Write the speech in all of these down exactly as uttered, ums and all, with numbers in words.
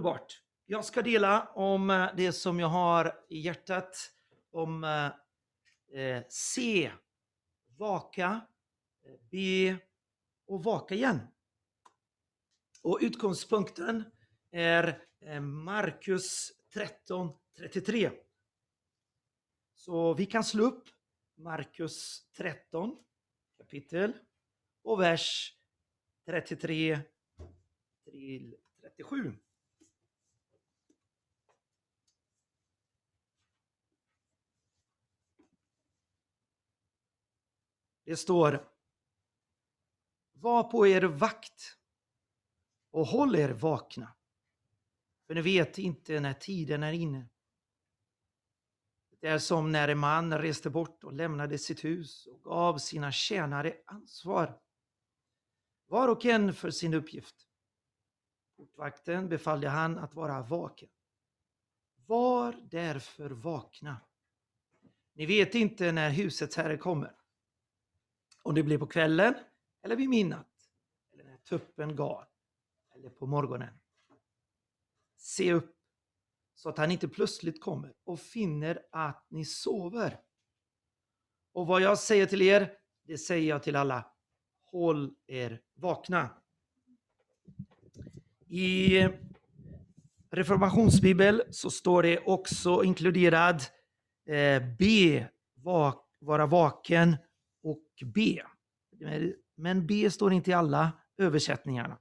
Underbart. Jag ska dela om det som jag har i hjärtat. Om eh, se, vaka, be och vaka igen. Och utgångspunkten är eh, Markus tretton trettiotre. Så vi kan slå upp Markus tretton kapitel och vers trettiotre till trettiosju. Det står: var på er vakt och håll er vakna, för ni vet inte när tiden är inne. Det är som när en man reste bort och lämnade sitt hus och gav sina tjänare ansvar, var och en för sin uppgift. Portvakten befallde han att vara vaken. Var därför vakna. Ni vet inte när husets herre kommer. Om det blir på kvällen eller vid midnatt, eller när tuppen gal, eller på morgonen. Se upp så att han inte plötsligt kommer och finner att ni sover. Och vad jag säger till er, det säger jag till alla: håll er vakna. I reformationsbibel så står det också inkluderad eh, be, vak, vara vaken och be. Men be står inte i alla översättningarna.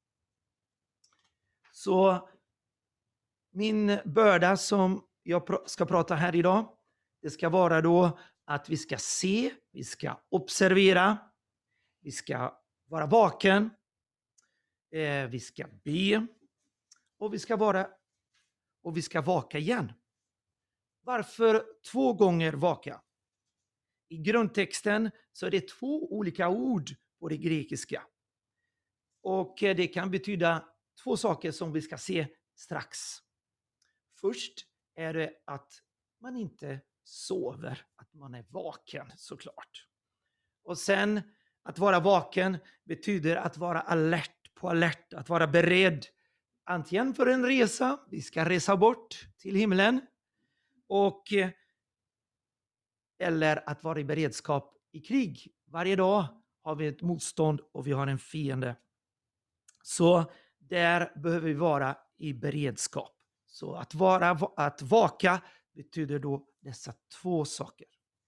Så min börda som jag ska prata här idag, det ska vara då att vi ska se, vi ska observera, vi ska vara vaken, eh, vi ska be och vi ska vara och vi ska vaka igen. Varför två gånger vaka? I grundtexten så är det två olika ord på det grekiska. Och det kan betyda två saker som vi ska se strax. Först är det att man inte sover, att man är vaken såklart. Och sen att vara vaken betyder att vara alert, på alert, att vara beredd. Antingen för en resa, vi ska resa bort till himlen. Och eller att vara i beredskap i krig. Varje dag har vi ett motstånd och vi har en fiende. Så där behöver vi vara i beredskap. Så att vara att vaka betyder då dessa två saker.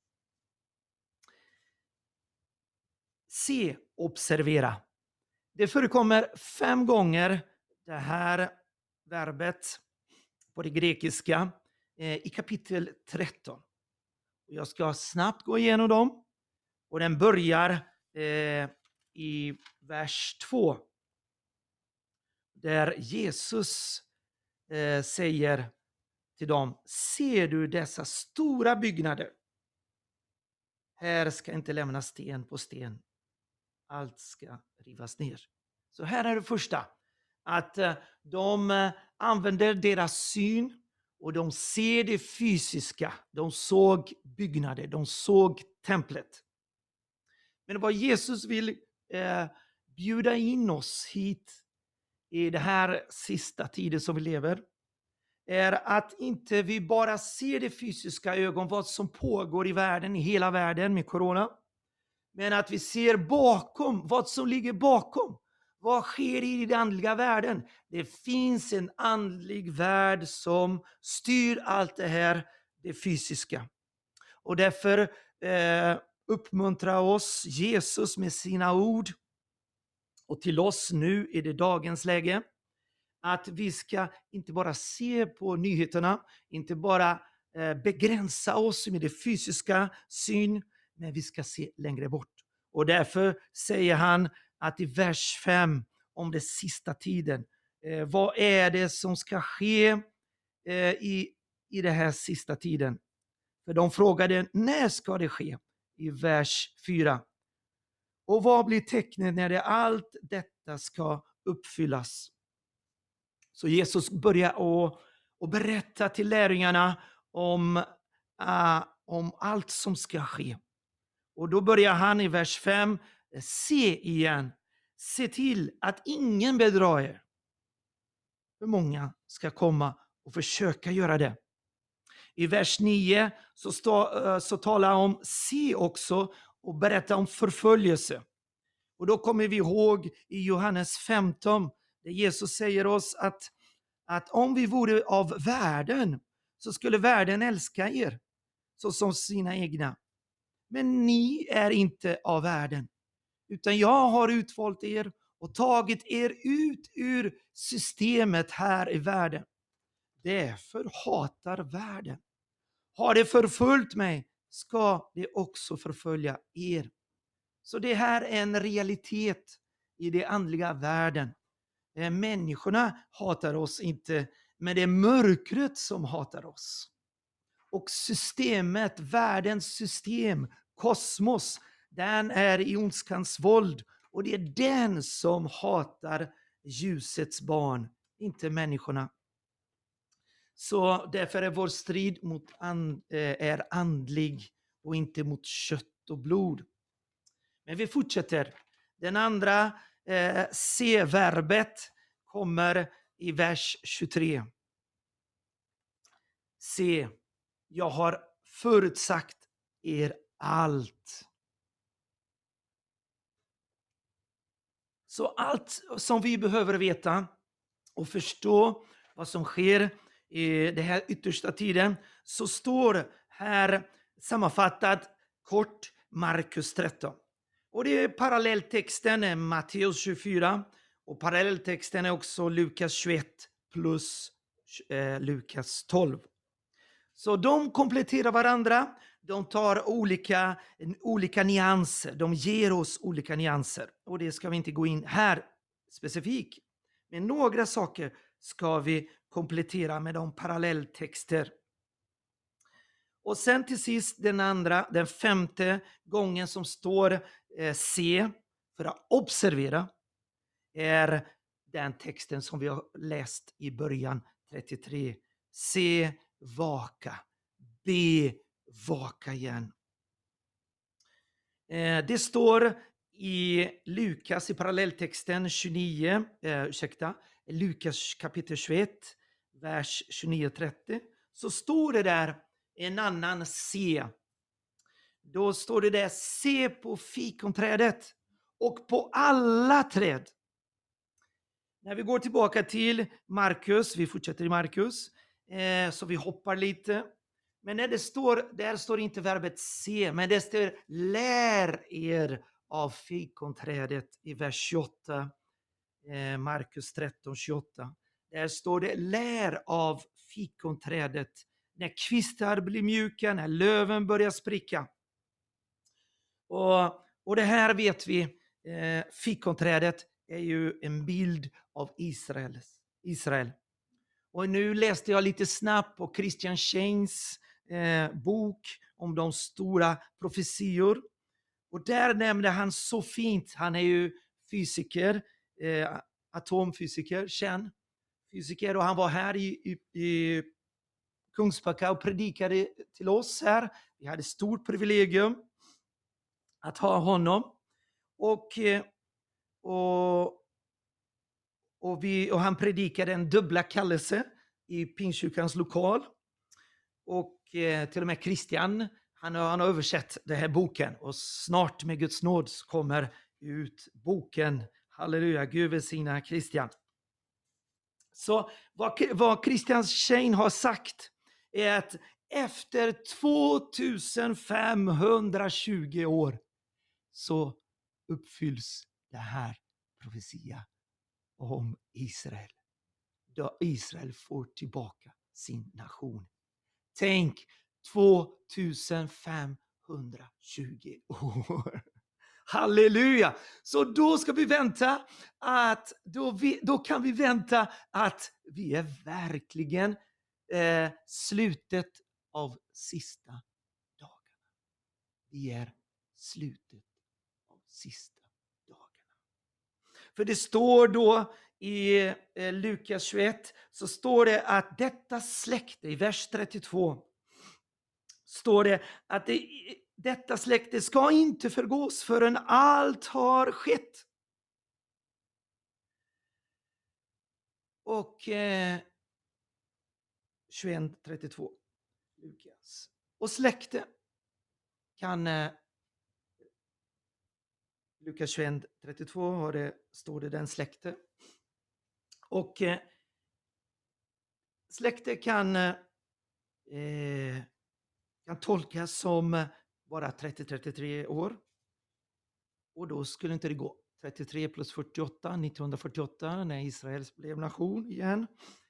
Se, observera. Det förekommer fem gånger det här verbet på det grekiska eh, i kapitel tretton. Jag ska snabbt gå igenom dem. Och den börjar eh, i vers två. Där Jesus eh, säger till dem: ser du dessa stora byggnader? Här ska inte lämnas sten på sten. Allt ska rivas ner. Så här är det första. Att eh, de eh, använder deras syn. Och de ser det fysiska. De såg byggnader. De såg templet. Men vad Jesus vill eh, bjuda in oss hit i det här sista tiden som vi lever, är att inte vi bara ser det fysiska ögon, vad som pågår i världen, i hela världen med corona. Men att vi ser bakom, vad som ligger bakom. Vad sker i den andliga världen? Det finns en andlig värld som styr allt det här, det fysiska. Och därför eh, uppmuntrar oss Jesus med sina ord. Och till oss nu i det dagens läge. Att vi ska inte bara se på nyheterna. Inte bara eh, begränsa oss med det fysiska syn. Men vi ska se längre bort. Och därför säger han att i vers fem om det sista tiden. Eh, vad är det som ska ske eh, i, i det här sista tiden? För de frågade, när ska det ske? I vers fyra. Och vad blir tecknet när det allt detta ska uppfyllas? Så Jesus börjar att, att berätta till lärjungarna om, uh, om allt som ska ske. Och då börjar han i vers fem. Se igen. Se till att ingen bedrar er. hur många ska komma och försöka göra det. I vers nio så, stå, så talar han om se också och berätta om förföljelse. Och då kommer vi ihåg i Johannes femton, där Jesus säger oss att, att om vi vore av världen så skulle världen älska er så som sina egna. Men ni är inte av världen, utan jag har utvalt er och tagit er ut ur systemet här i världen. Därför hatar världen. Har det förföljt mig ska det också förfölja er. Så det här är en realitet i den andliga världen. Människorna hatar oss inte, men det är mörkret som hatar oss. Och systemet, världens system, kosmos, den är i ondskans våld. Och det är den som hatar ljusets barn, inte människorna. Så därför är vår strid mot and, är andlig och inte mot kött och blod. Men vi fortsätter. Den andra eh, se-verbet kommer i vers tjugotre. Se, jag har förutsagt er allt. Så allt som vi behöver veta och förstå vad som sker i den här yttersta tiden, så står här sammanfattat kort Markus tretton. Och det är parallelltexten är Matteus tjugofyra och parallelltexten är också Lukas tjugoett plus eh, Lukas tolv. Så de kompletterar varandra, de tar olika, olika nyanser, de ger oss olika nyanser. Och det ska vi inte gå in här specifikt. Men några saker ska vi komplettera med de parallelltexter. Och sen till sist den andra, den femte gången som står eh, se, för att observera, är den texten som vi har läst i början, trettiotre. Se, vaka, be, vaka igen. Eh, det står i Lukas i parallelltexten tjugonio, eh, ursäkta, Lukas kapitel tjugoett, vers tjugonio trettio, så står det där en annan se. Då står det där, se på fikonträdet och på alla träd. När vi går tillbaka till Markus, vi fortsätter i Markus, eh, så vi hoppar lite. Men när det står, där står inte verbet se, men det står lär er av fikonträdet i vers tjugoåtta. Eh, Markus tretton tjugoåtta. Där står det lär av fikonträdet. När kvistar blir mjuka, när löven börjar spricka. Och, och det här vet vi, eh, fikonträdet är ju en bild av Israel. Israel. Och nu läste jag lite snabbt på Christian Shanes eh, bok om de stora profetior. Och där nämnde han så fint, han är ju fysiker, eh, atomfysiker, känd fysiker, och han var här i, i, i Kungsbacka och predikade till oss här. Vi hade stort privilegium att ha honom. Och, och, och, vi, och han predikade en dubbla kallelse i Pingstkyrkans lokal. Och eh, till och med Christian, han, han har översatt den här boken. Och snart med Guds nåd kommer ut boken. Halleluja, Gud välsigna Christian. Så vad, vad Christian Shane har sagt är att efter tvåtusenfemhundratjugo år så uppfylls det här profetia om Israel. Då Israel får tillbaka sin nation. Tänk tvåtusenfemhundratjugo år. Halleluja! Så då ska vi vänta att då, vi, då kan vi vänta att vi är verkligen eh, slutet av sista dagarna. Vi är slutet av sista dagarna. För det står då i eh, Lukas tjugoett, så står det att detta släkte, i vers trettiotvå, står det att det, detta släkte ska inte förgås förrän allt har skett. och eh, tjugoett trettiotvå. Lukas. Och släkte kan eh, Lukas tjugoett trettiotvå har det, står det den släkte. Och eh, släkte kan, eh, kan tolkas som bara trettio till trettiotre år. Och då skulle inte det gå. trettiotre plus fyrtioåtta, nittonhundrafyrtioåtta, när Israel blev nation igen.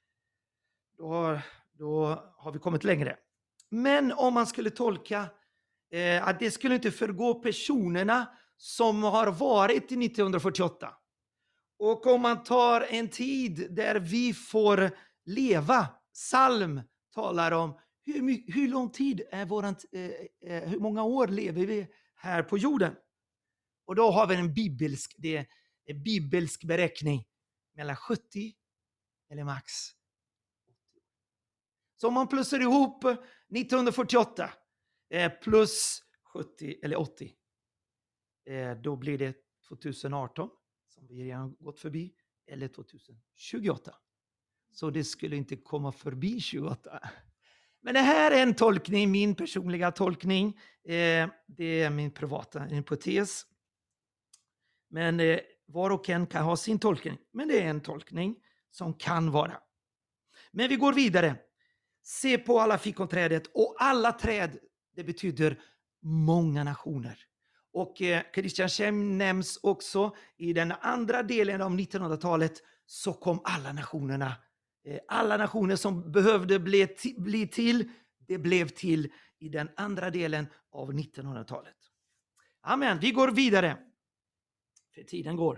Då har, då har vi kommit längre. Men om man skulle tolka eh, att det skulle inte förgå personerna som har varit i nittonhundrafyrtioåtta. Och om man tar en tid där vi får leva, psalm talar om hur, my- hur lång tid är våran, eh, eh, hur många år lever vi här på jorden. Och då har vi en bibelsk, det är en bibelsk beräkning mellan sjuttio eller max åttio. Så om man plussar ihop nittonhundrafyrtioåtta eh, plus sjuttio eller åttio, eh, då blir det tjugoarton som vi redan gått förbi, eller tjugohundratjugoåtta. Så det skulle inte komma förbi tjugoåtta. Men det här är en tolkning, min personliga tolkning. Eh, det är min privata hypotes. Men eh, var och en kan ha sin tolkning. Men det är en tolkning som kan vara. Men vi går vidare. Se på alla fikonträdet. Och alla träd, det betyder många nationer. Och eh, Christian Schem nämns också i den andra delen av nittonhundratalet, så kom alla nationerna. Eh, alla nationer som behövde bli, t- bli till, det blev till i den andra delen av nittonhundratalet. Amen, vi går vidare. För tiden går.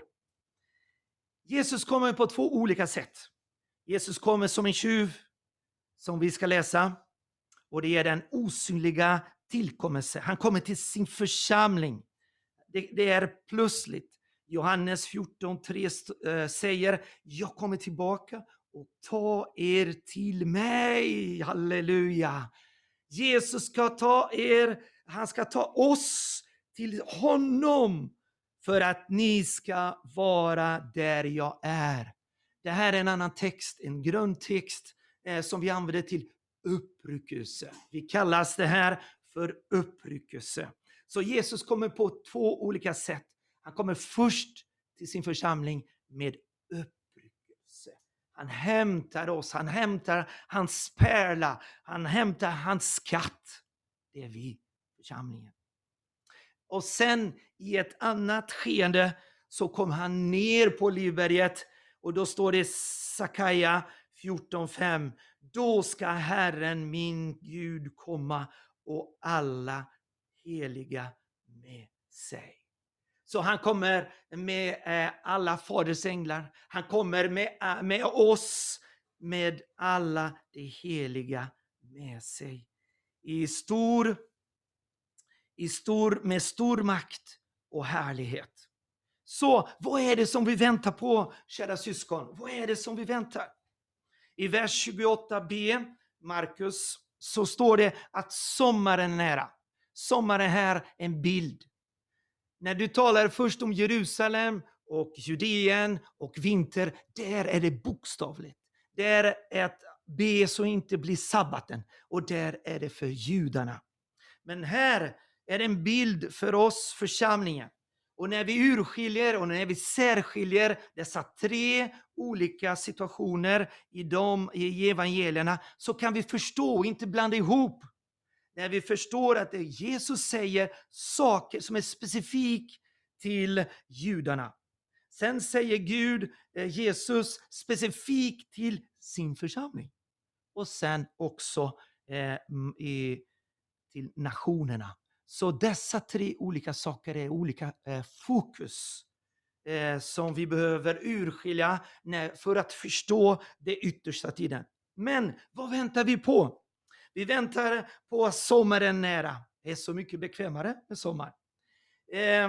Jesus kommer på två olika sätt. Jesus kommer som en tjuv, som vi ska läsa. Och det är den osynliga tillkommelse. Han kommer till sin församling. Det, det är plötsligt. Johannes fjorton tre äh, säger, jag kommer tillbaka och ta er till mig. Halleluja. Jesus ska ta er, han ska ta oss till honom. För att ni ska vara där jag är. Det här är en annan text, en grundtext eh, som vi använder till uppryckelse. Vi kallas det här för uppryckelse. Så Jesus kommer på två olika sätt. Han kommer först till sin församling med uppryckelse. Han hämtar oss, han hämtar hans pärla, han hämtar hans skatt. Det är vi, församlingen. Och sen i ett annat skeende så kom han ner på Livberget. Och då står det Sakaja fjorton fem. Då ska Herren min Gud komma och alla heliga med sig. Så han kommer med eh, alla faders änglar. Han kommer med, äh, med oss, med alla de heliga med sig. I stor I stor, med stor makt och härlighet. Så vad är det som vi väntar på, kära syskon? Vad är det som vi väntar? I vers tjugoåtta b, Markus, så står det att sommaren är nära. Sommaren här är en bild. När du talar först om Jerusalem och Judeen och vinter, där är det bokstavligt. Där är att be så inte blir sabbaten. Och där är det för judarna. Men här är en bild för oss församlingen. Och när vi urskiljer och när vi särskiljer dessa tre olika situationer i de i evangelierna, så kan vi förstå och inte blanda ihop. När vi förstår att det Jesus säger saker som är specifik till judarna. Sen säger Gud, Jesus, specifikt till sin församling. Och sen också eh, i till nationerna. Så dessa tre olika saker är olika eh, fokus eh, som vi behöver urskilja när, för att förstå det yttersta tiden. Men vad väntar vi på? Vi väntar på sommaren nära. Det är så mycket bekvämare med sommar. Eh,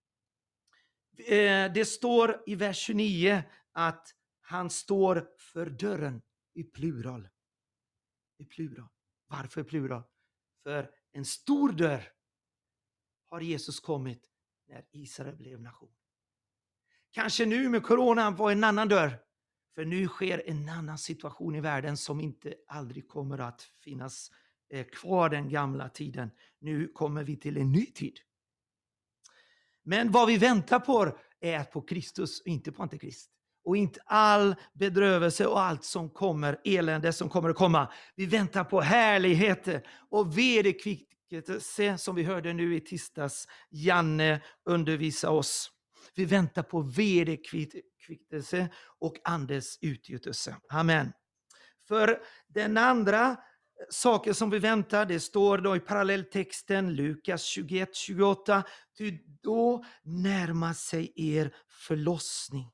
eh, det står i vers tjugonio att han står för dörren i plural. I plural. Varför plural? För en stor dörr har Jesus kommit när Israel blev nation. Kanske nu med corona var en annan dörr. För nu sker en annan situation i världen som inte aldrig kommer att finnas eh, kvar den gamla tiden. Nu kommer vi till en ny tid. Men vad vi väntar på är på Kristus och inte på Antikrist. Och inte all bedrövelse och allt som kommer, elände som kommer att komma. Vi väntar på härligheter och vederkvickelse som vi hörde nu i tisdags. Janne undervisar oss. Vi väntar på vederkvickelse och andes utgjutelse. Amen. För den andra saker som vi väntar, det står då i parallelltexten Lukas tjugoett tjugoåtta. Ty då närmar sig er förlossning.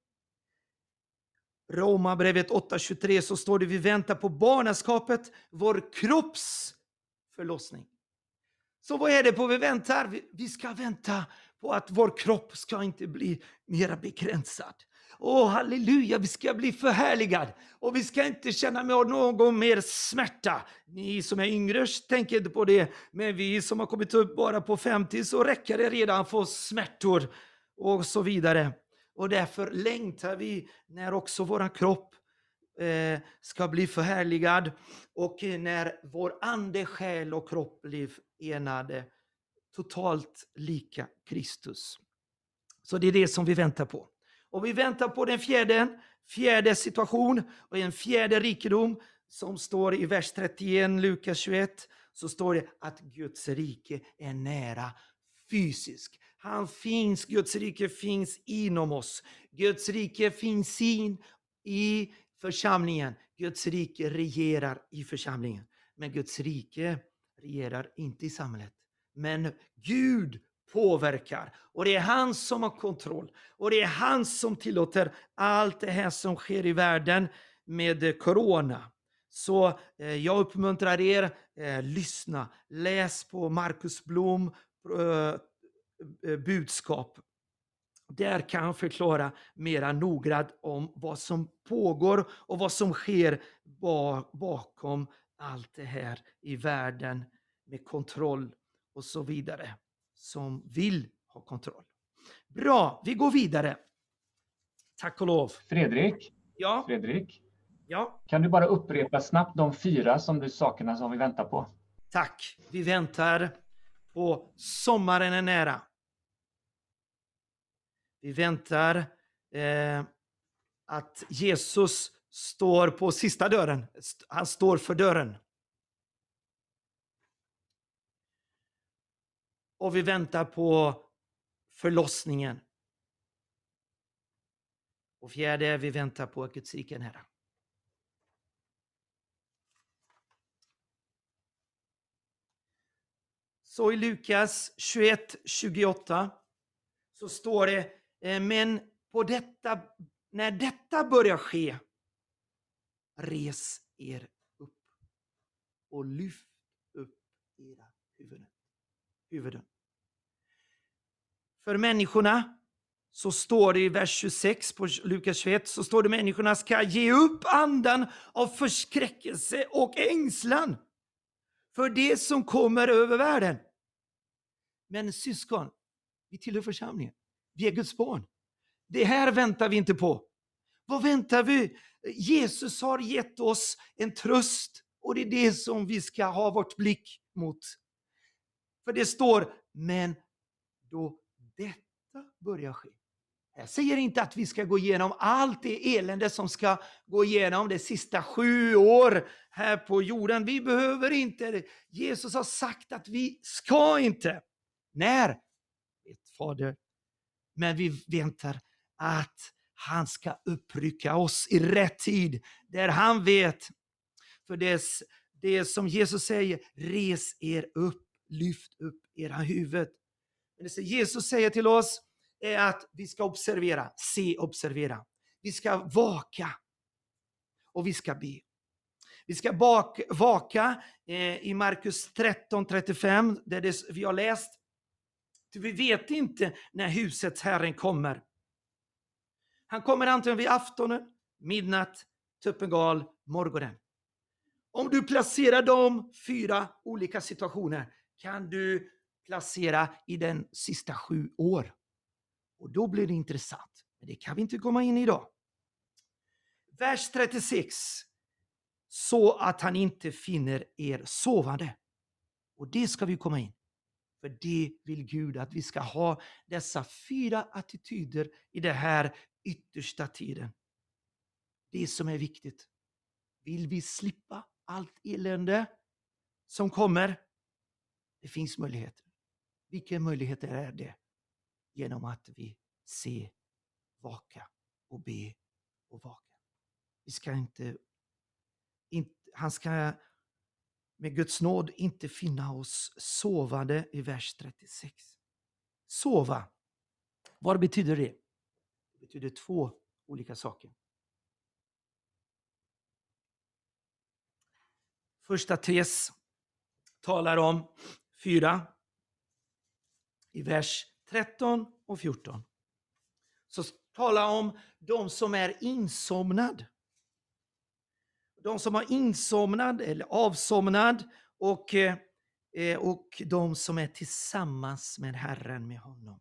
Romarbrevet åtta tjugotre så står det vi väntar på barnaskapet, vår kropps förlossning. Så vad är det på vi väntar? Vi, vi ska vänta på att vår kropp ska inte bli mera begränsad. Åh, halleluja, vi ska bli förhärligad. Och vi ska inte känna med någon mer smärta. Ni som är yngre tänker inte på det. Men vi som har kommit upp bara på femtio så räcker det redan få smärtor och så vidare. Och därför längtar vi när också våran kropp eh, ska bli förhärligad. Och när vår ande, själ och kropp blir enade totalt lika Kristus. Så det är det som vi väntar på. Och vi väntar på den fjärde, fjärde situation och en fjärde rikedom som står i vers trettioett, Lukas tjugoett. Så står det att Guds rike är nära fysisk. Han finns, Guds rike finns inom oss. Guds rike finns in i församlingen. Guds rike regerar i församlingen. Men Guds rike regerar inte i samhället. Men Gud påverkar. Och det är han som har kontroll. Och det är han som tillåter allt det här som sker i världen med corona. Så eh, jag uppmuntrar er, eh, lyssna, läs på Marcus Blom eh, budskap. Där kan han förklara mera noggrant om vad som pågår och vad som sker bakom allt det här i världen med kontroll och så vidare. Som vill ha kontroll. Bra, vi går vidare. Tack och lov. Fredrik? Ja? Fredrik? Ja? Kan du bara upprepa snabbt de fyra som du, sakerna som vi väntar på? Tack. Vi väntar på sommaren är nära. Vi väntar eh, att Jesus står på sista dörren. Han står för dörren. Och vi väntar på förlossningen. Och fjärde, vi väntar på att Guds rike är nära. Så i Lukas tjugoett tjugoåtta så står det, men på detta, när detta börjar ske, res er upp och lyft upp era huvuden. huvuden. För människorna så står det i vers tjugosex på Lukas tjugoett, så står det människorna ska ge upp andan av förskräckelse och ängslan för det som kommer över världen. Men syskon, vi tillhör församlingen. Vi är Guds barn. Det här väntar vi inte på. Vad väntar vi? Jesus har gett oss en tröst och det är det som vi ska ha vårt blick mot. För det står, men då detta börjar ske. Jag säger inte att vi ska gå igenom allt det elände som ska gå igenom de sista sju år här på jorden. Vi behöver inte det. Jesus har sagt att vi ska inte. När? Vet Fader. Men vi väntar att han ska upprycka oss i rätt tid. Där han vet. För det, det som Jesus säger, res er upp, lyft upp era huvud. Men det Jesus säger till oss är att vi ska observera, se, observera. Vi ska vaka och vi ska be. Vi ska bak, vaka eh, i Markus tretton trettiofem där det, vi har läst. Vi vet inte när husets Herren kommer. Han kommer antingen vid aftonen, midnatt, tuppengal, morgonen. Om du placerar de fyra olika situationer kan du placera i den sista sju år. Och då blir det intressant. Men det kan vi inte komma in i idag. vers trettiosex. Så att han inte finner er sovande. Och det ska vi komma in. För det vill Gud att vi ska ha dessa fyra attityder i det här yttersta tiden. Det som är viktigt. Vill vi slippa allt elände som kommer? Det finns möjligheter. Vilka möjligheter är det? Genom att vi ser, vaka och be och vaka. Vi ska inte, inte han ska med Guds nåd inte finna oss sovande i vers trettiosex. Sova. Vad betyder det? Det betyder två olika saker. Första tes talar om fyra i vers tretton och fjorton. Så talar om de som är insomnad. De som har insomnad eller avsomnad och, eh, och de som är tillsammans med Herren, med honom.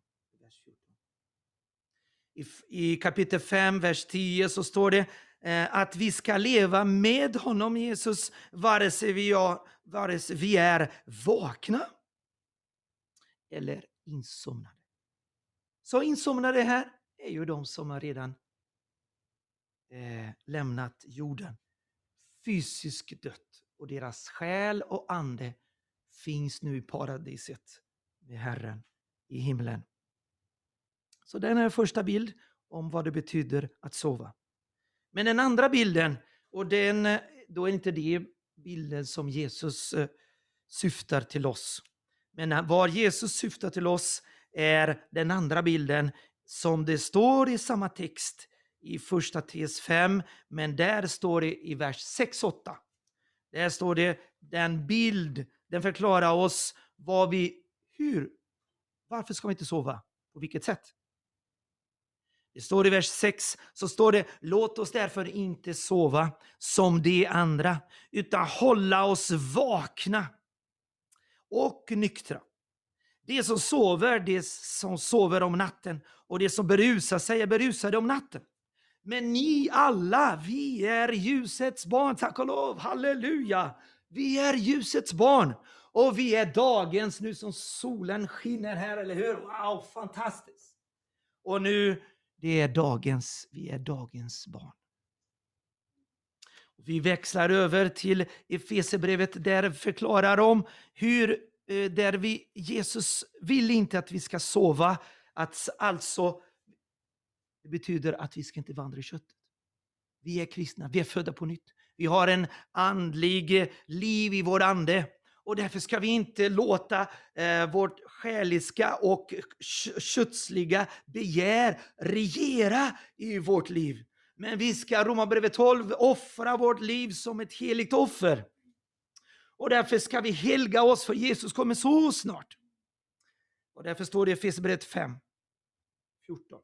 I, I kapitel fem, vers tio så står det eh, att vi ska leva med honom, Jesus, vare sig vi, är, vare sig vi är vakna eller insomnade. Så insomnade här är ju de som har redan eh, lämnat jorden. Fysiskt dött. Och deras själ och ande finns nu i paradiset med Herren i himlen. Så den är första bild om vad det betyder att sova. Men den andra bilden, och den, då är inte det bilden som Jesus eh, syftar till oss. Men vad Jesus syftar till oss är den andra bilden som det står i samma text i första tes fem, men där står det i vers sex åtta. Där står det den bild, den förklarar oss vad vi, hur, varför ska vi inte sova? På vilket sätt? Det står i vers sex, så står det: låt oss därför inte sova som de andra, utan hålla oss vakna och nyktra. Det som sover, det som sover om natten, och det som berusar sig är berusade om natten. Men ni alla, vi är ljusets barn, tack och lov, halleluja. Vi är ljusets barn, och vi är dagens, nu som solen skiner här, eller hur? Wow, fantastiskt. Och nu, det är dagens, vi är dagens barn. Vi växlar över till Efesierbrevet, där förklarar om hur där vi, Jesus vill inte att vi ska sova, att alltså det betyder att vi ska inte vandra i köttet. Vi är kristna, vi är födda på nytt. Vi har en andlig liv i vår ande, och därför ska vi inte låta eh, vårt själiska och kötsliga begär regera i vårt liv. Men vi ska, Romarbrevet tolv, offra vårt liv som ett heligt offer. Och därför ska vi helga oss, för Jesus kommer så snart. Och därför står det i Efesierbrevet fem fjorton.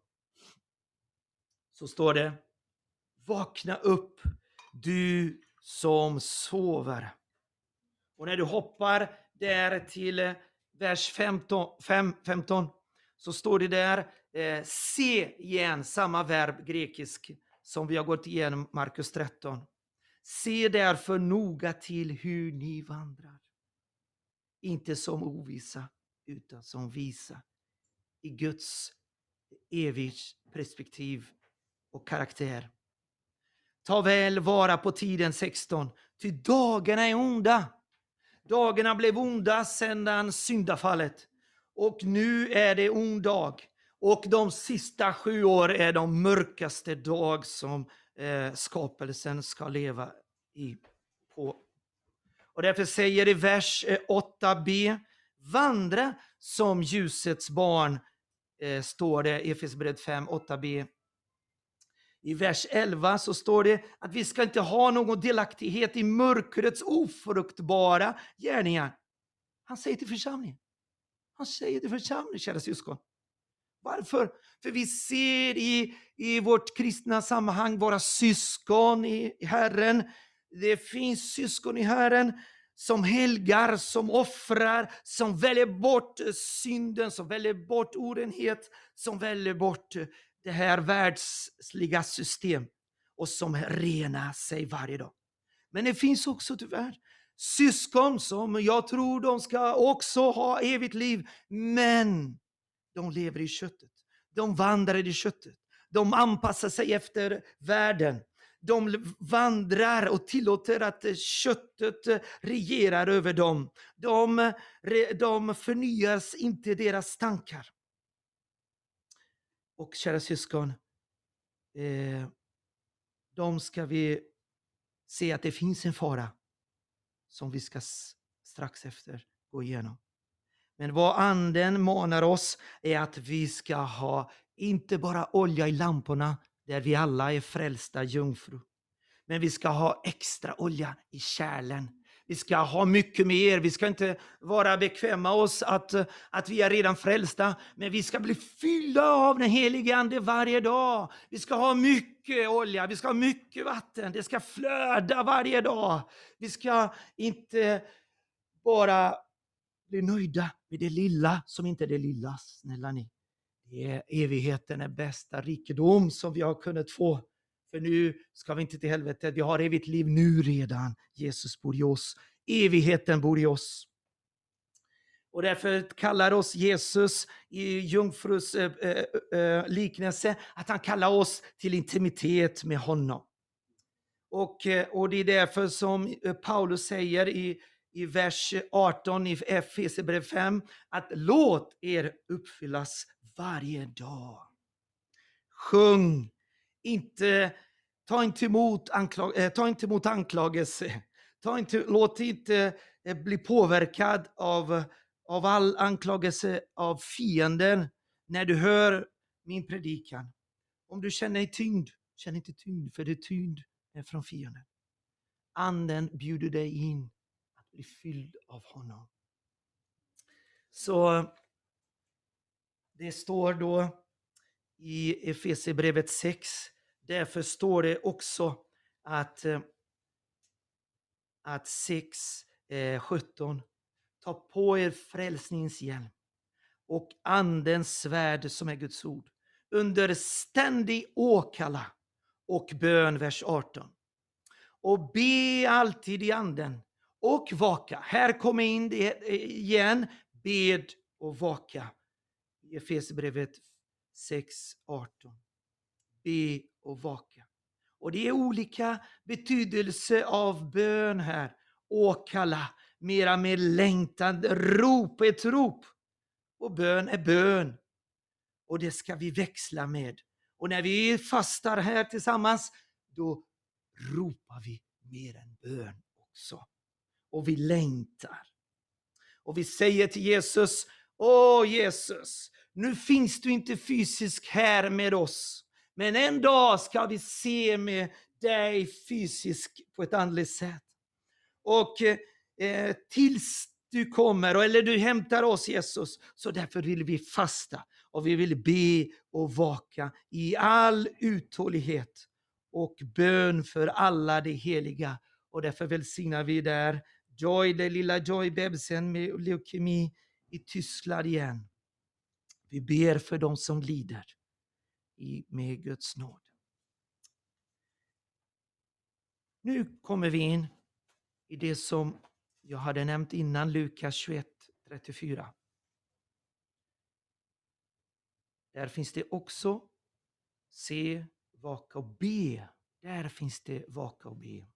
Så står det: vakna upp, du som sover. Och när du hoppar där till vers femton, fem, femton, så står det där, eh, se igen, samma verb grekisk som vi har gått igenom Markus tretton. Se därför noga till hur ni vandrar. Inte som ovissa, utan som visa. I Guds evigt perspektiv och karaktär. Ta väl vara på tiden, sexton. Ty dagarna är onda. Dagarna blev onda sedan syndafallet. Och nu är det ond dag. Och de sista sju år är de mörkaste dag som eh, skapelsen ska leva i. På. Och därför säger i vers åtta b, vandra som ljusets barn, eh, står det i Efesierbrevet fem åtta b. I vers elva så står det att vi ska inte ha någon delaktighet i mörkrets ofruktbara gärningar. Han säger till församlingen. Han säger till församlingen, kära syskon. Varför? För vi ser i, i vårt kristna sammanhang våra syskon i Herren. Det finns syskon i Herren som helgar, som offrar, som väljer bort synden, som väljer bort orenhet, som väljer bort det här världsliga system. och som renar sig varje dag. Men det finns också tyvärr syskon som jag tror de ska också ha evigt liv, men de lever i köttet. De vandrar i köttet. De anpassar sig efter världen. De vandrar och tillåter att köttet regerar över dem. De, de förnyas inte deras tankar. Och kära syskon, eh, de ska vi se att det finns en fara som vi ska strax efter gå igenom. Men vad anden manar oss är att vi ska ha inte bara olja i lamporna där vi alla är frälsta jungfru. Men vi ska ha extra olja i kärlen. Vi ska ha mycket mer. Vi ska inte vara bekväma oss att, att vi är redan frälsta. Men vi ska bli fyllda av den helige ande varje dag. Vi ska ha mycket olja. Vi ska ha mycket vatten. Det ska flöda varje dag. Vi ska inte bara bli nöjda med det lilla som inte är det lilla. Snälla ni. Det är evigheten är bästa rikedom som vi har kunnat få. För nu ska vi inte till helvetet. Vi har evigt liv nu redan. Jesus bor i oss. Evigheten bor i oss. Och därför kallar oss Jesus i jungfrus äh, äh, liknelse att han kallar oss till intimitet med honom. Och, och det är därför som Paulus säger i, i vers arton i Efesierbrev fem att låt er uppfyllas varje dag. Sjung, inte, ta, inte emot anklag, eh, ta inte emot anklagelse. Ta inte, låt inte eh, bli påverkad av, av all anklagelse av fienden när du hör min predikan. Om du känner dig tyngd, känn inte tyngd, för det är tyngd är från fienden. Anden bjuder dig in att bli fylld av honom. Så det står då i Efesierbrevet sex, därför står det också att, att sex sjutton, ta på er frälsningshjälm och andens svärd som är Guds ord. Under ständig åkalla och bön, vers arton. Och be alltid i anden och vaka. Här kommer in det igen, bed och vaka. I Efesierbrevet sex arton. Be och vaka. Och det är olika betydelse av bön här. Åkalla, mera med längtan, rop, ett rop. Och bön är bön. Och det ska vi växla med. Och när vi fastar här tillsammans, då ropar vi mer än bön också. Och vi längtar. Och vi säger till Jesus, åh Jesus, nu finns du inte fysiskt här med oss. Men en dag ska vi se med dig fysiskt på ett andligt sätt. Och eh, tills du kommer, eller du hämtar oss Jesus, så därför vill vi fasta. Och vi vill be och vaka i all uthållighet och bön för alla de heliga. Och därför välsignar vi där Joy, den lilla Joy-bebisen med leukemi i Tyskland igen. Vi ber för dem som lider i, med Guds nåd. Nu kommer vi in i det som jag hade nämnt innan, Lukas tjugoett trettiofyra. Där finns det också se, vaka och be. Där finns det vaka och be.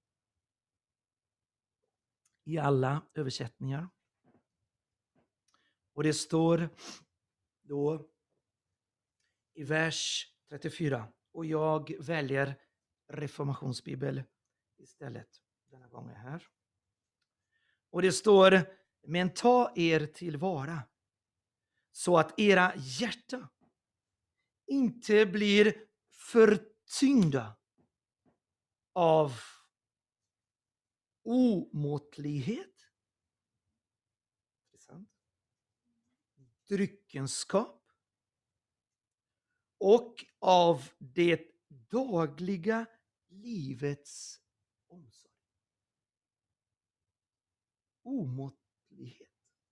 I alla översättningar. Och det står då i vers trettiofyra. Och jag väljer reformationsbibel istället. Denna gången här. Och det står, men ta er tillvara så att era hjärta inte blir förtyngda av omåttlighet, dryckenskap och av det dagliga livets omsorg. Omåttlighet.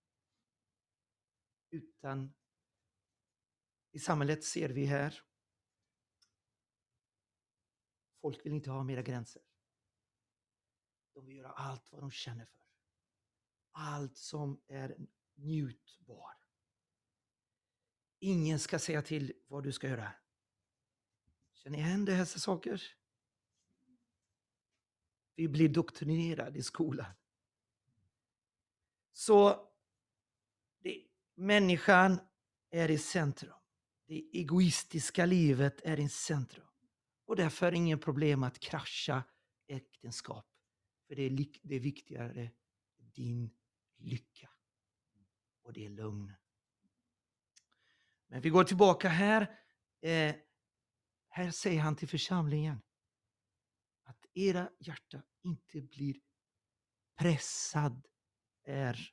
Utan i samhället ser vi här folk vill inte ha mera gränser. De vill göra allt vad de känner för. Allt som är njutbar. Ingen ska säga till vad du ska göra. Känner ni igen dessa saker? Vi blir doktrinerade i skolan. Så det, människan är i centrum. Det egoistiska livet är i centrum. Och därför är det ingen problem att krascha äktenskap. För det är, det är viktigare din lycka. Och det är lugn. Men vi går tillbaka här. Eh, här säger han till församlingen. Att era hjärta inte blir pressad. Är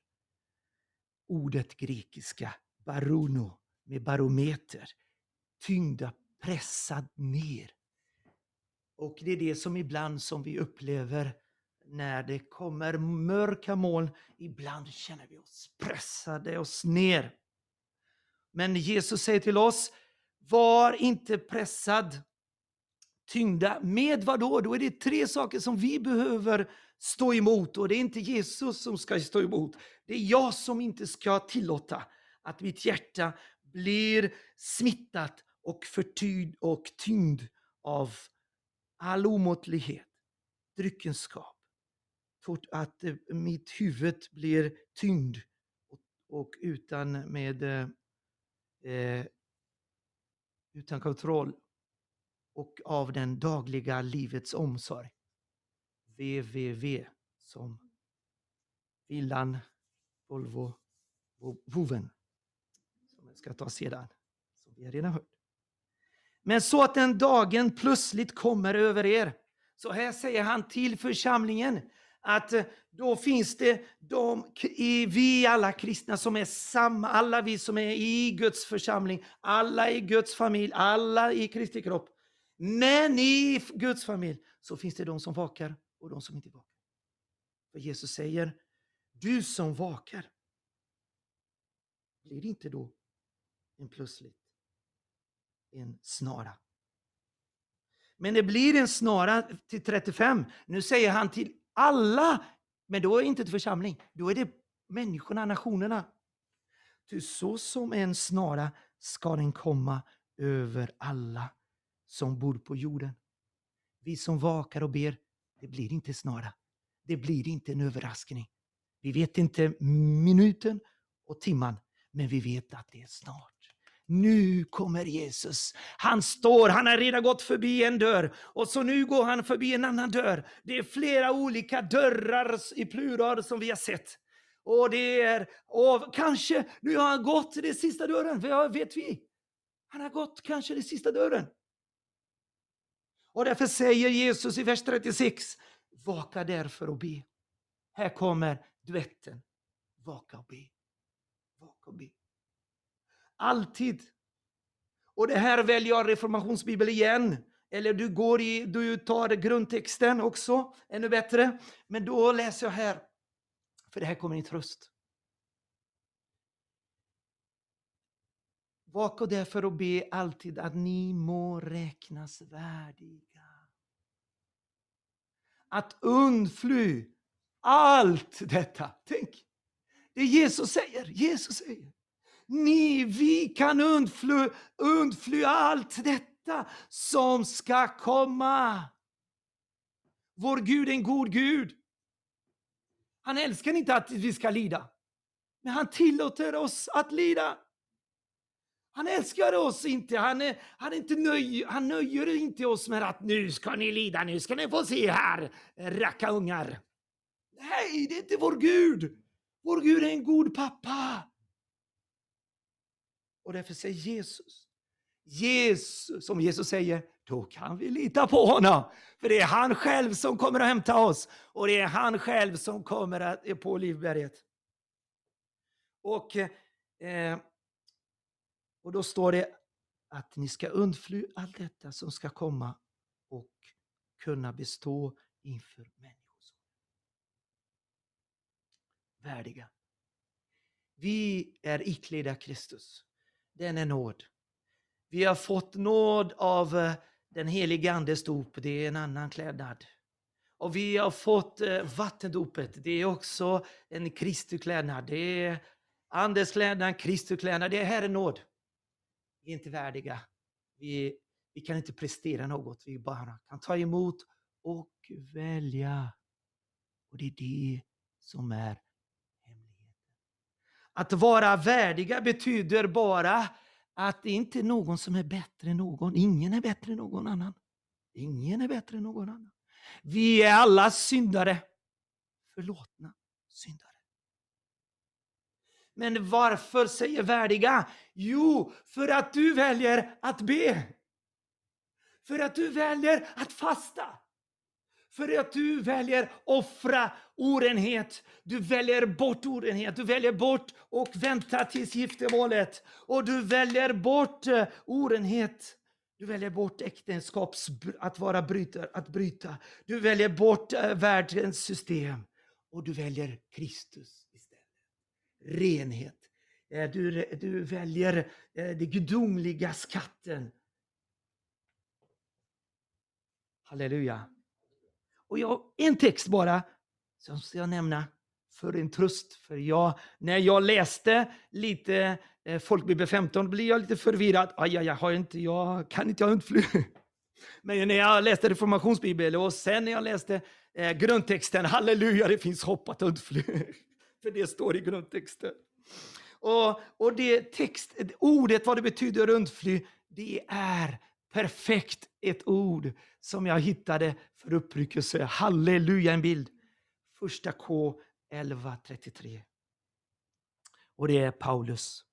ordet grekiska. Baruno. Med barometer. Tyngda, pressad ner. Och det är det som ibland som vi upplever när det kommer mörka moln. Ibland känner vi oss pressade oss ner. Men Jesus säger till oss, var inte pressad, tyngda. Med vad då? Då är det tre saker som vi behöver stå emot. Och det är inte Jesus som ska stå emot. Det är jag som inte ska tillåta att mitt hjärta blir smittat och förtyd och tyngd av all omåttlighet, dryckenskap. Att mitt huvud blir tyngd och, och utan med eh, utan kontroll och av den dagliga livets omsorg. V V V som villan, Volvo, voven som jag ska ta sedan, som vi har redan hört. Men så att den dagen plötsligt kommer över er. Så här säger han till församlingen att då finns det de, vi alla kristna som är samma, alla vi som är i Guds församling, alla i Guds familj, alla i Kristi kropp. Men i Guds familj så finns det de som vakar och de som inte vakar. För Jesus säger, du som vakar, blir det inte då en plötsligt en snara. Men det blir en snara till trettiofem. Nu säger han till alla, men då är det inte till församling. Då är det människorna, nationerna. Ty så som en snara ska den komma över alla som bor på jorden. Vi som vakar och ber, det blir inte snara. Det blir inte en överraskning. Vi vet inte minuten och timman, men vi vet att det är snart. Nu kommer Jesus. Han står, han har redan gått förbi en dörr. Och så nu går han förbi en annan dörr. Det är flera olika dörrar i plural som vi har sett. Och det är, och kanske, nu har han gått till den sista dörren. Vad vet vi? Han har gått kanske till den sista dörren. Och därför säger Jesus i vers trettiosex. Vaka därför och be. Här kommer duetten. Vaka och be. Vaka och be. Alltid. Och det här väljer jag reformationsbibel igen. Eller du går i, du tar grundtexten också. Ännu bättre. Men då läser jag här. För det här kommer i tröst. Vaka därför och be alltid att ni må räknas värdiga. Att undfly allt detta. Tänk. Det Jesus säger. Jesus säger. Ni, vi kan undfly, undfly allt detta som ska komma. Vår Gud är en god Gud. Han älskar inte att vi ska lida. Men han tillåter oss att lida. Han älskar oss inte. Han, är, han, är inte nöj, han nöjer inte oss med att nu ska ni lida. Nu ska ni få se här, racka ungar. Nej, det är inte vår Gud. Vår Gud är en god pappa. Och därför säger Jesus. Jesus, som Jesus säger, då kan vi lita på honom. För det är han själv som kommer att hämta oss. Och det är han själv som kommer att på Olivberget. Och, eh, och då står det att ni ska undfly allt detta som ska komma och kunna bestå inför människor. Värdiga. Vi är iklädda Kristus. Den är nåd. Vi har fått nåd av Den helige andes dop, det är en annan klädnad. Och vi har fått eh, vattendopet, det är också en Kristi klädnad. Det är andes klädnad, Kristi klädnad, det är Herren nåd. Vi är inte värdiga. Vi, vi kan inte prestera något, vi bara kan ta emot och välja. Och det är det som är hemligheten. Att vara värdiga betyder bara att det inte är någon som är bättre än någon. Ingen är bättre än någon annan. Ingen är bättre än någon annan. Vi är alla syndare. Förlåtna syndare. Men varför säger värdiga? Jo, för att du väljer att be. För att du väljer att fasta. För att du väljer offra orenhet. Du väljer bort orenhet. Du väljer bort och vänta tills giftermålet. Och du väljer bort uh, orenhet. Du väljer bort äktenskaps att vara brytare, att bryta. Du väljer bort uh, världens system. Och du väljer Kristus istället. Renhet. Uh, du, du väljer uh, det gudomliga skatten. Halleluja. Och jag, en text bara som ska jag nämna för en tröst. För jag, när jag läste lite eh, Folkbibel femton blir jag lite förvirrad. Aj, aj, jag, har inte, jag kan inte ha undfly. Men när jag läste reformationsbibel och sen när jag läste eh, grundtexten, halleluja, det finns hopp att undfly. För det står i grundtexten. Och, och det text, ordet, vad det betyder undfly, det är perfekt ett ord som jag hittade för uppryckelse. Halleluja, en bild. Första K elva trettiotre. Och det är Paulus.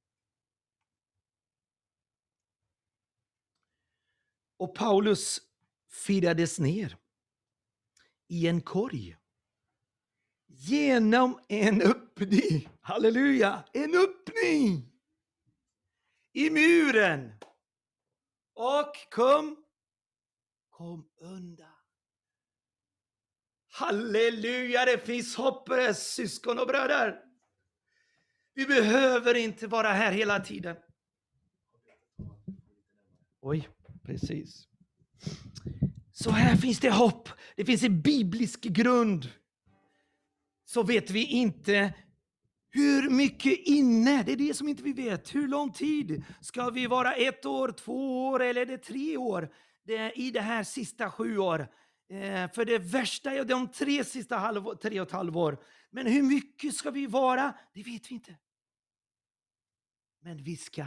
Och Paulus firades ner i en korg. Genom en öppning. Halleluja, en öppning. I muren. Och kom, kom undan. Halleluja, det finns hopp, syskon och bröder. Vi behöver inte vara här hela tiden. Oj, precis. Så här finns det hopp. Det finns en biblisk grund. Så vet vi inte hur mycket inne, det är det som inte vi vet. Hur lång tid ska vi vara? Ett år, två år eller är det tre år? Det är i det här sista sju år. Eh, för det värsta är de tre sista halv, tre och ett halv år. Men hur mycket ska vi vara? Det vet vi inte. Men vi ska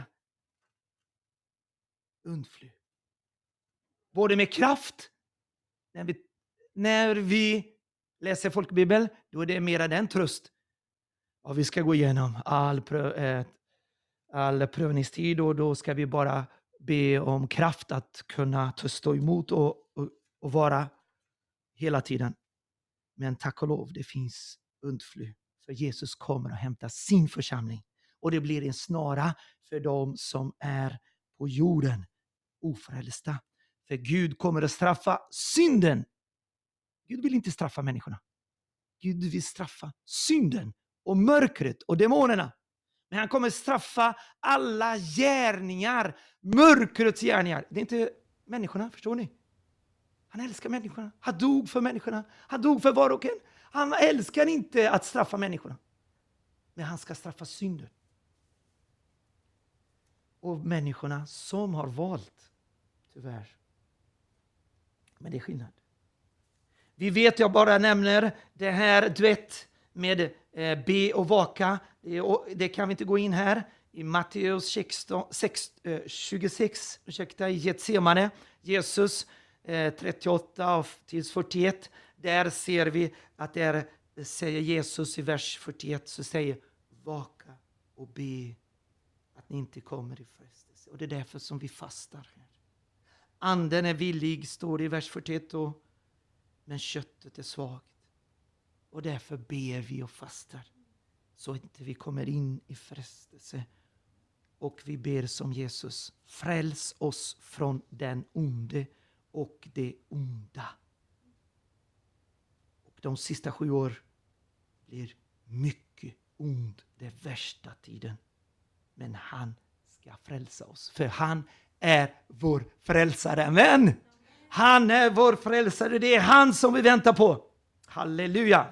undfly. Både med kraft, när vi, när vi läser folkbibel, då är det mera den tröst. Och vi ska gå igenom all, pröv, eh, all prövningstid och då ska vi bara be om kraft att kunna stå emot och, och, och vara hela tiden. Men tack och lov, det finns undfly. För Jesus kommer att hämta sin församling. Och det blir en snara för dem som är på jorden ofrälsta. För Gud kommer att straffa synden. Gud vill inte straffa människorna. Gud vill straffa synden och mörkret och demonerna. Men han kommer straffa alla gärningar, mörkrets gärningar. Det är inte människorna, förstår ni? Han älskar människorna. Han dog för människorna. Han dog för var och en. Han älskar inte att straffa människorna. Men han ska straffa synden. Och människorna som har valt, tyvärr. Men det är skillnad. Vi vet, jag bara nämner det här duett med eh, be och vaka. Det, det kan vi inte gå in här. I Matteus sexton, sex, eh, tjugosex, ursäkta, i Getsemane, Jesus eh, trettioåtta till fyrtioett. Där ser vi att det är, säger Jesus i vers fyrtioett, så säger vaka och be att ni inte kommer i frestelse. Och det är därför som vi fastar här. Anden är villig, står det i vers fyrtioett, och men köttet är svagt. Och därför ber vi och fastar. Så inte vi kommer in i frestelse. Och vi ber som Jesus. Fräls oss från den onde och det onda. Och de sista sju år blir mycket ond. Det värsta tiden. Men han ska frälsa oss. För han är vår frälsare. Men han är vår frälsare. Det är han som vi väntar på. Halleluja.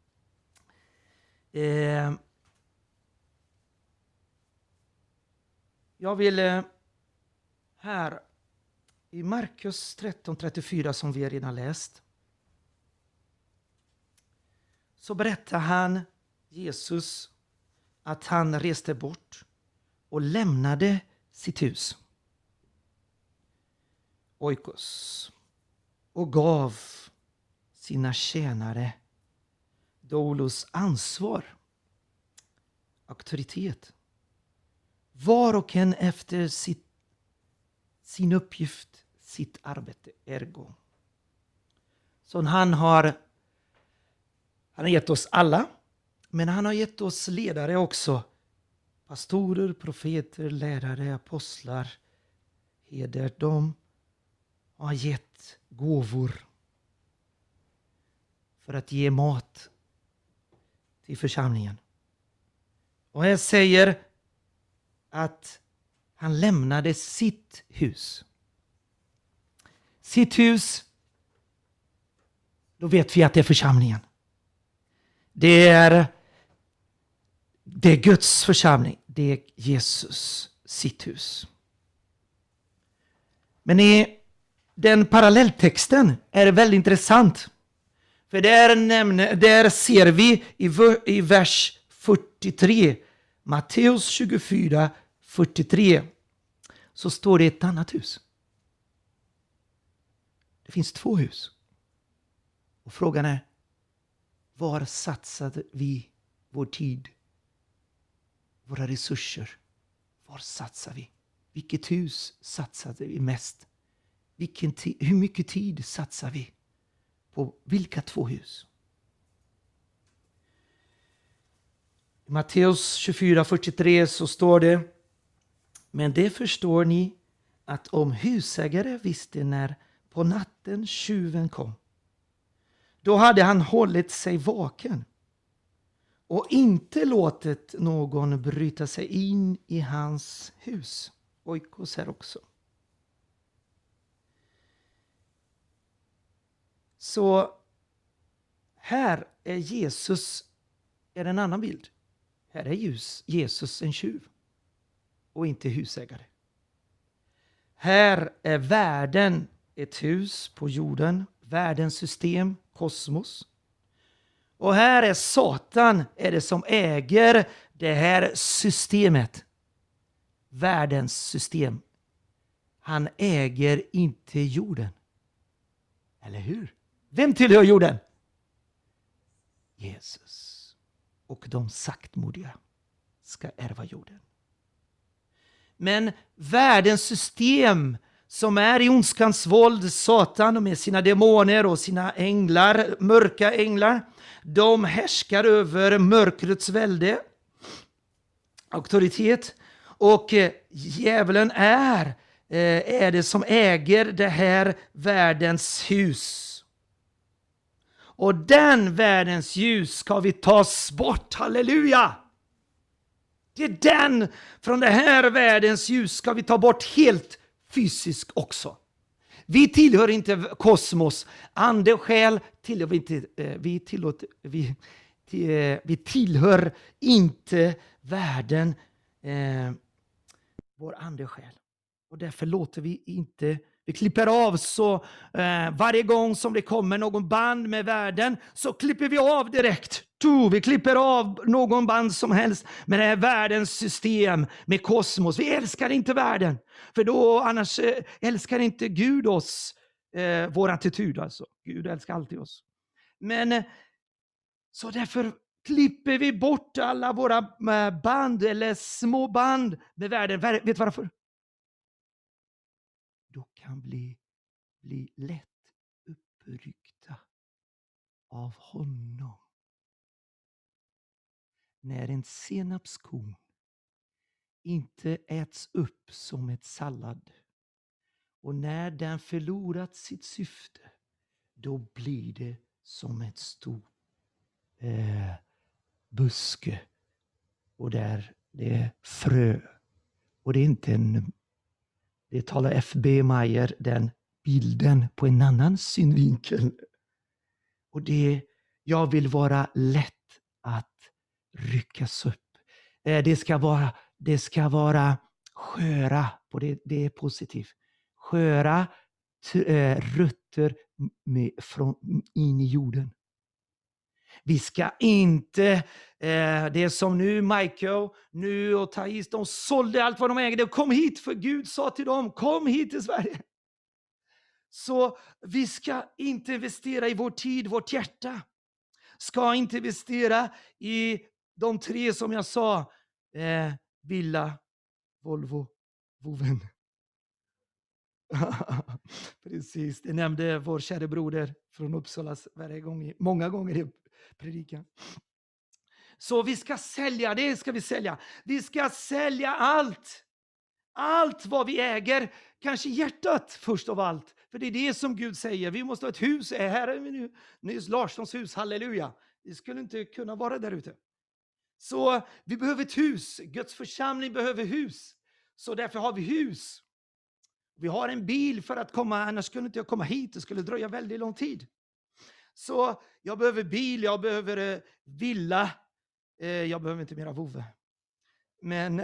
Eh, jag vill eh, här i Markus tretton trettiofyra som vi redan läst. Så berättar han, Jesus, att han reste bort och lämnade sitt hus, oikos, och gav sina tjänare doulos ansvar, auktoritet. Var och en efter sitt, sin uppgift, sitt arbete, ergo. Så han har, han har gett oss alla, men han har gett oss ledare också. Pastorer, profeter, lärare, apostlar, heder. De har gett gåvor för att ge mat till församlingen. Och jag säger att han lämnade sitt hus. Sitt hus, då vet vi att det är församlingen. Det är, det är Guds församling. Det är Jesus, sitt hus. Men i den parallelltexten är det väldigt intressant. För där, nämner, där ser vi i, i vers fyrtiotre, Matteus tjugofyra fyrtiotre, så står det ett annat hus. Det finns två hus. Och frågan är, var satsade vi vår tid? Våra resurser? Var satsar vi? Vilket hus satsade vi mest? Vilken ti- hur mycket tid satsar vi på vilka två hus? I Matteus tjugofyra fyrtiotre så står det: men det förstår ni att om husägare visste när på natten tjuven kom, då hade han hållit sig vaken och inte låtit någon bryta sig in i hans hus. Oikos här också. Så här är Jesus, är en annan bild. Här är Jesus en tjuv och inte husägare. Här är världen ett hus på jorden, världens system, kosmos. Och här är Satan, är det som äger det här systemet. Världens system. Han äger inte jorden. Eller hur? Vem tillhör jorden? Jesus. Och de saktmodiga ska ärva jorden. Men världens system som är i ondskans våld, Satan och med sina demoner och sina änglar, mörka änglar, de härskar över mörkrets välde, auktoritet, och eh, djävulen är, eh, är det som äger det här världens hus. Och den världens ljus ska vi tas bort, halleluja! Det är den, från det här världens ljus ska vi ta bort helt fysiskt också. Vi tillhör inte kosmos, ande och själ tillhör vi inte, vi, tillåter, vi, vi tillhör inte världen, eh, vår ande och själ. Och därför låter vi inte, vi klipper av så eh, varje gång som det kommer någon band med världen så klipper vi av direkt. Tu, vi klipper av någon band som helst med det här världens system, med kosmos. Vi älskar inte världen. För då annars eh, älskar inte Gud oss, eh, vår attityd alltså. Gud älskar alltid oss. Men eh, så därför klipper vi bort alla våra eh, band eller små band med världen. Vet du varför? Då kan bli, bli lätt uppryckta av honom. När en senapskorn inte äts upp som ett sallad och när den förlorat sitt syfte, då blir det som ett stort eh, buske och där det är frö och det är inte en Det talar F B Meyer den bilden på en annan synvinkel. Och det, jag vill vara lätt att ryckas upp. Eh, Det ska vara, det ska vara sköra, och det, det är positivt. Sköra t- eh, rötter med, från, in i jorden. Vi ska inte, eh, det är som nu Michael, nu och Thais, de sålde allt vad de ägde och kom hit, för Gud sa till dem, kom hit till Sverige. Så vi ska inte investera i vår tid, vårt hjärta. Ska inte investera i de tre som jag sa, eh, villa, Volvo, voven. Precis, det nämnde vår kära broder från Uppsala varje gång, många gånger i predikan. Så vi ska sälja, det ska vi sälja. Vi ska sälja allt. Allt vad vi äger, kanske hjärtat först av allt. För det är det som Gud säger. Vi måste ha ett hus. Här är vi nu. Nils Larssons hus, halleluja. Vi skulle inte kunna vara där ute. Så vi behöver ett hus. Guds församling behöver hus. Så därför har vi hus. Vi har en bil för att komma, annars skulle inte jag komma hit. Det skulle dröja väldigt lång tid. Så jag behöver bil, jag behöver eh, villa. Eh, jag behöver inte mera vovve. Men,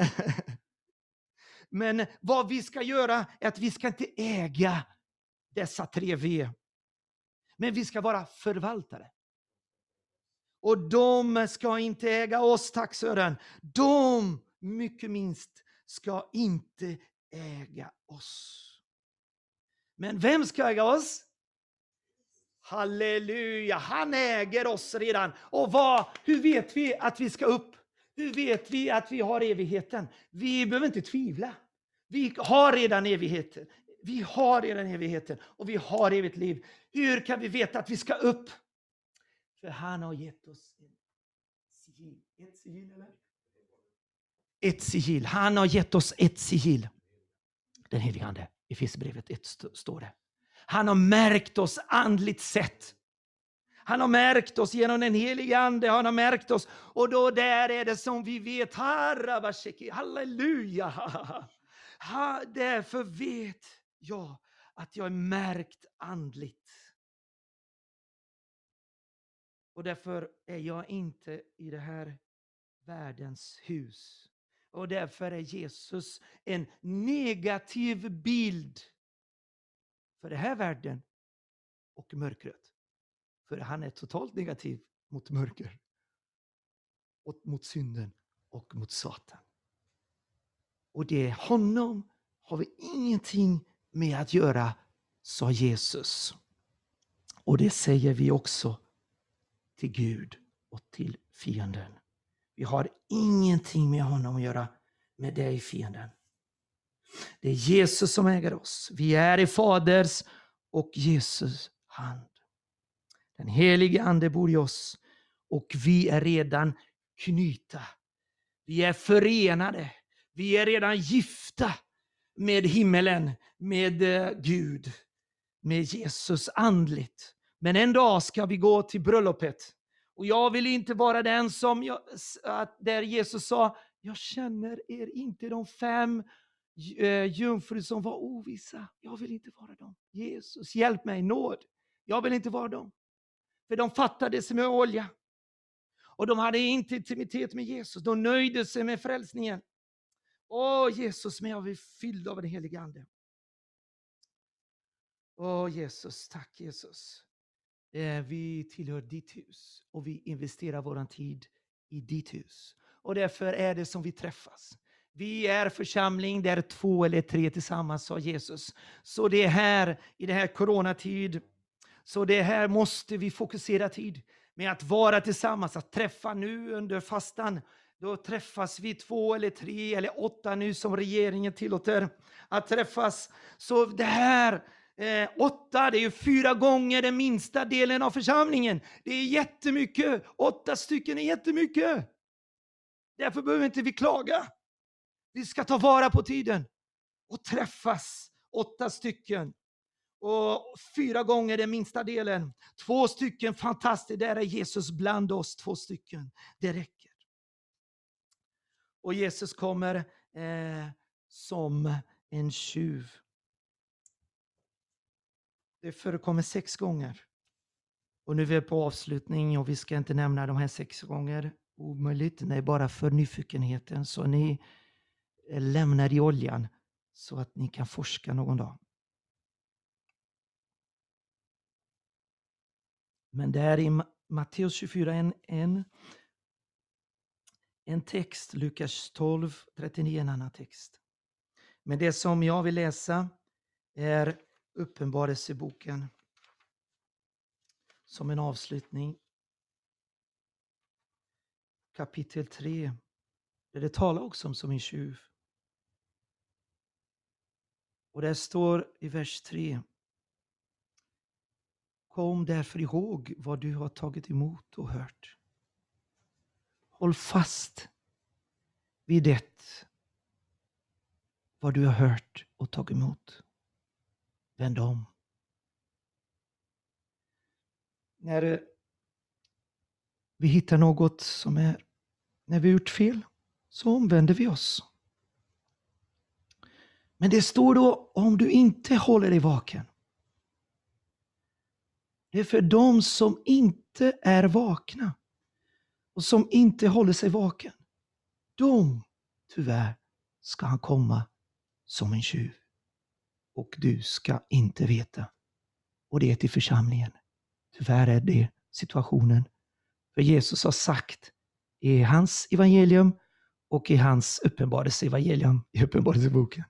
men vad vi ska göra är att vi ska inte äga dessa tre V. Men vi ska vara förvaltare. Och de ska inte äga oss, tack Sören. De, mycket minst, ska inte äga oss. Men vem ska äga oss? Halleluja, han äger oss redan. Och vad, hur vet vi att vi ska upp? Hur vet vi att vi har evigheten? Vi behöver inte tvivla. Vi har redan evigheten. Vi har redan evigheten och vi har evigt liv. Hur kan vi veta att vi ska upp? För han har gett oss en sigill. Ett sigill eller? Ett sigill. Han har gett oss ett sigill. Den helige ande. I Efesierbrevet ett står det. Han har märkt oss andligt sett. Han har märkt oss genom den helige ande. Han har märkt oss. Och då där är det som vi vet. Halleluja. Ha, därför vet jag att jag är märkt andligt. Och därför är jag inte i det här världens hus. Och därför är Jesus en negativ bild för det här världen och mörkret. För han är totalt negativ mot mörker. Och mot synden och mot Satan. Och det är honom har vi ingenting med att göra, sa Jesus. Och det säger vi också till Gud och till fienden. Vi har ingenting med honom att göra, med dig fienden. Det är Jesus som äger oss. Vi är i Faders och Jesus hand. Den helige ande bor i oss och vi är redan knyta. Vi är förenade. Vi är redan gifta med himmelen, med Gud, med Jesus andligt. Men en dag ska vi gå till bröllopet. Och jag vill inte vara den som, jag, där Jesus sa, jag känner er inte, de fem uh, jungfrur som var ovissa. Jag vill inte vara dem. Jesus, hjälp mig, nåd. Jag vill inte vara dem. För de fattade sig med olja. Och de hade inte intimitet med Jesus. De nöjde sig med frälsningen. Åh Jesus, men jag vill fylld av den helige ande. Åh Jesus, tack Jesus. Eh, vi tillhör ditt hus. Och vi investerar våran tid i ditt hus. Och därför är det som vi träffas. Vi är församling där två eller tre tillsammans, sa Jesus. Så det är här, i det här coronatid. Så det här måste vi fokusera tid. Med att vara tillsammans, att träffa nu under fastan. Då träffas vi två eller tre eller åtta nu som regeringen tillåter att träffas. Så det här, eh, åtta, det är ju fyra gånger den minsta delen av församlingen. Det är jättemycket. Åtta stycken är jättemycket. Därför behöver inte vi klaga. Vi ska ta vara på tiden och träffas åtta stycken. Och fyra gånger den minsta delen. Två stycken, fantastiskt. Där är Jesus bland oss, två stycken. Det räcker. Och Jesus kommer eh, som en tjuv. Det förekommer sex gånger. Och nu är vi på avslutning och vi ska inte nämna de här sex gånger. Omöjligt. Nej, bara för nyfikenheten. Så ni lämnar i oljan så att ni kan forska någon dag. Men det är i Matteus tjugofyra en, en, en text, Lukas tolv trettionio en annan text. Men det som jag vill läsa är Uppenbarelseboken som en avslutning. Kapitel tre, där det talar också om som en tjuv. Och där står i vers tre: Kom därför ihåg vad du har tagit emot och hört. Håll fast vid det vad du har hört och tagit emot. Vänd om. När vi hittar något som är, när vi har gjort fel, så omvänder vi oss. Men det står då, om du inte håller dig vaken. Det är för de som inte är vakna och som inte håller sig vaken. De, tyvärr, ska han komma som en tjuv. Och du ska inte veta. Och det är till församlingen. Tyvärr är det situationen. För Jesus har sagt i hans evangelium och i hans uppenbarelseevangelium i uppenbarelseboken.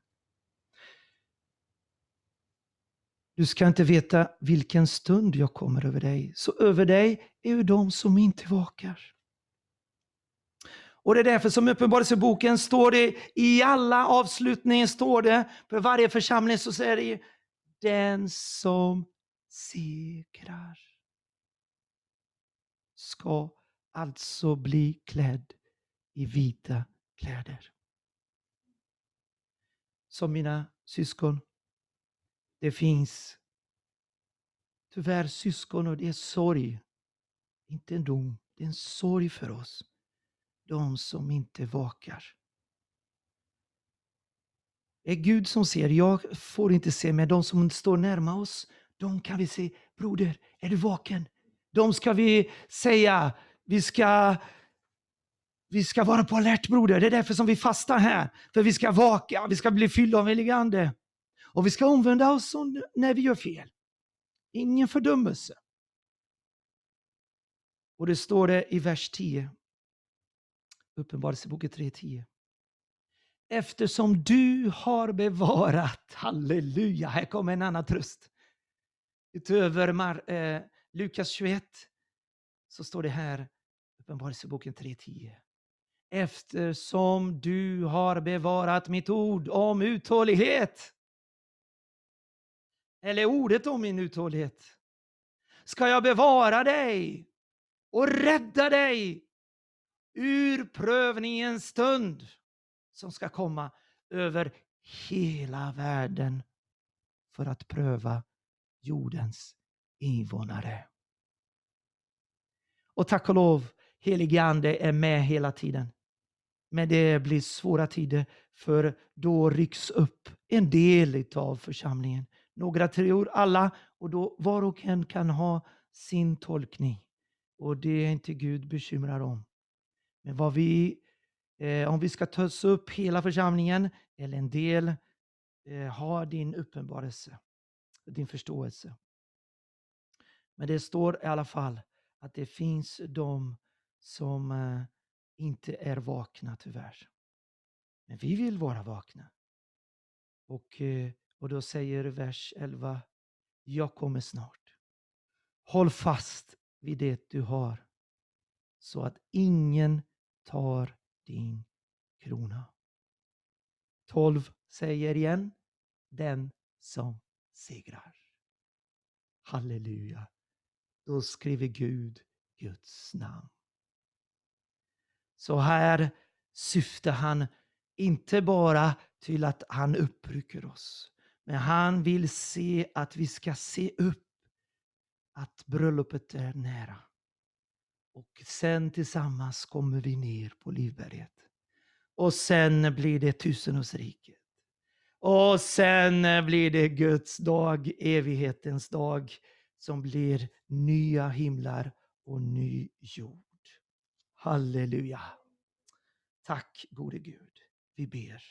Du ska inte veta vilken stund jag kommer över dig. Så över dig är ju de som inte vakar. Och det är därför som i uppenbarelseboken står det, i alla avslutningar står det, för varje församling så säger det, den som segrar ska alltså bli klädd i vita kläder. Som mina syskon, det finns tyvärr syskon och det är sorg. Inte en dom, det är en sorg för oss. De som inte vakar. Det är Gud som ser, jag får inte se, men de som står närma oss, de kan vi se, broder, är du vaken? De ska vi säga, vi ska, vi ska vara på alert, broder. Det är därför som vi fastar här. För vi ska vaka, vi ska bli fyllda av helig ande. Och vi ska omvända oss när vi gör fel. Ingen fördömelse. Och det står det i vers tio. Uppenbarelseboken tre tio. Eftersom du har bevarat, halleluja, här kommer en annan tröst. Utöver Mar, eh, Lukas tjugoett så står det här, Uppenbarelseboken tre tio. Eftersom du har bevarat mitt ord om uthållighet. Eller ordet om min uthållighet. Ska jag bevara dig och rädda dig ur prövningens stund som ska komma över hela världen för att pröva jordens invånare. Och tack och lov, helige ande är med hela tiden. Men det blir svåra tider, för då rycks upp en del av församlingen. Några tror, alla, och då var och en kan ha sin tolkning. Och det är inte Gud bekymrad om. Men vad vi, eh, om vi ska ta oss upp hela församlingen, eller en del, eh, har din uppenbarelse, din förståelse. Men det står i alla fall att det finns de som eh, inte är vakna tyvärr. Men vi vill vara vakna. Och, eh, och då säger vers elva, jag kommer snart. Håll fast vid det du har, så att ingen tar din krona. tolv säger igen, den som segrar. Halleluja. Då skriver Gud Guds namn. Så här syftar han inte bara till att han upprycker oss. Men han vill se att vi ska se upp. Att bröllopet är nära. Och sen tillsammans kommer vi ner på Livberget. Och sen blir det tusenårsriket. Och sen eh, blir det Guds dag, evighetens dag, som blir nya himlar och ny jord. Halleluja. Tack gode Gud. Vi ber.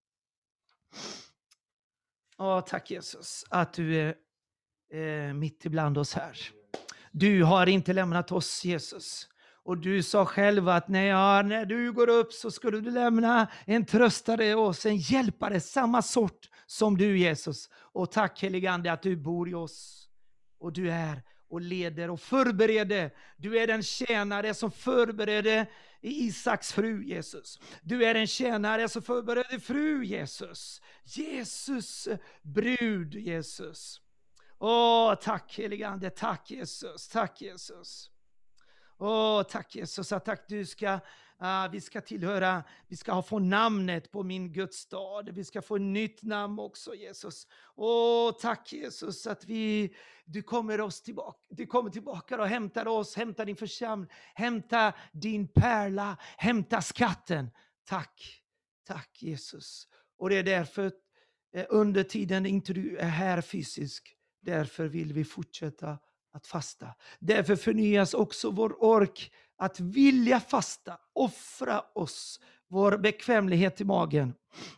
Åh, tack Jesus att du är eh, mitt ibland oss här. Du har inte lämnat oss, Jesus. Och du sa själv att när, jag, när du går upp så skulle du lämna en tröstare och en hjälpare, samma sort som du, Jesus. Och tack helige Ande att du bor i oss. Och du är och leder och förbereder. Du är den tjänare som förberedde Isaks fru, Jesus. Du är en tjänare som förberedde fru, Jesus. Jesus brud, Jesus. Åh, tack helige Ande, tack Jesus, tack Jesus. Åh, tack Jesus, att tack du ska, uh, vi ska tillhöra, vi ska ha få namnet på min Guds stad. Vi ska få ett nytt namn också, Jesus. Åh, tack Jesus att vi, du kommer oss tillbaka, du kommer tillbaka och hämtar oss, hämtar din församling, hämta din pärla, hämta skatten. Tack, tack Jesus. Och det är därför eh, under tiden inte du är här fysiskt, därför vill vi fortsätta att fasta. Därför förnyas också vår ork att vilja fasta, offra oss, vår bekvämlighet i magen.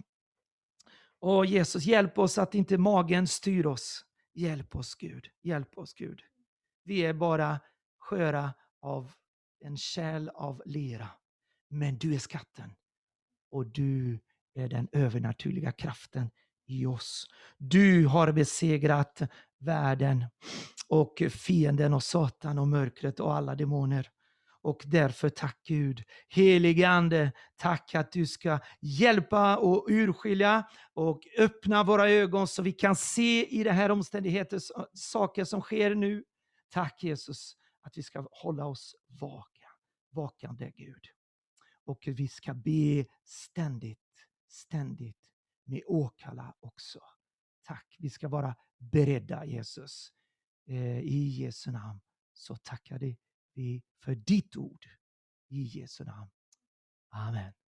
Och Jesus, hjälp oss att inte magen styr oss. Hjälp oss Gud, hjälp oss Gud. Vi är bara sköra av en kärl av lera. Men du är skatten. Och du är den övernaturliga kraften i oss. Du har besegrat världen och fienden och Satan och mörkret och alla demoner. Och därför tack Gud, helige Ande, tack att du ska hjälpa och urskilja och öppna våra ögon så vi kan se i det här omständigheter, saker som sker nu. Tack Jesus att vi ska hålla oss vaka, vakande Gud. Och vi ska be ständigt, ständigt med åkalla också. Tack, vi ska vara beredda Jesus. Eh, I Jesu namn så tackar vi för ditt ord. I Jesu namn. Amen.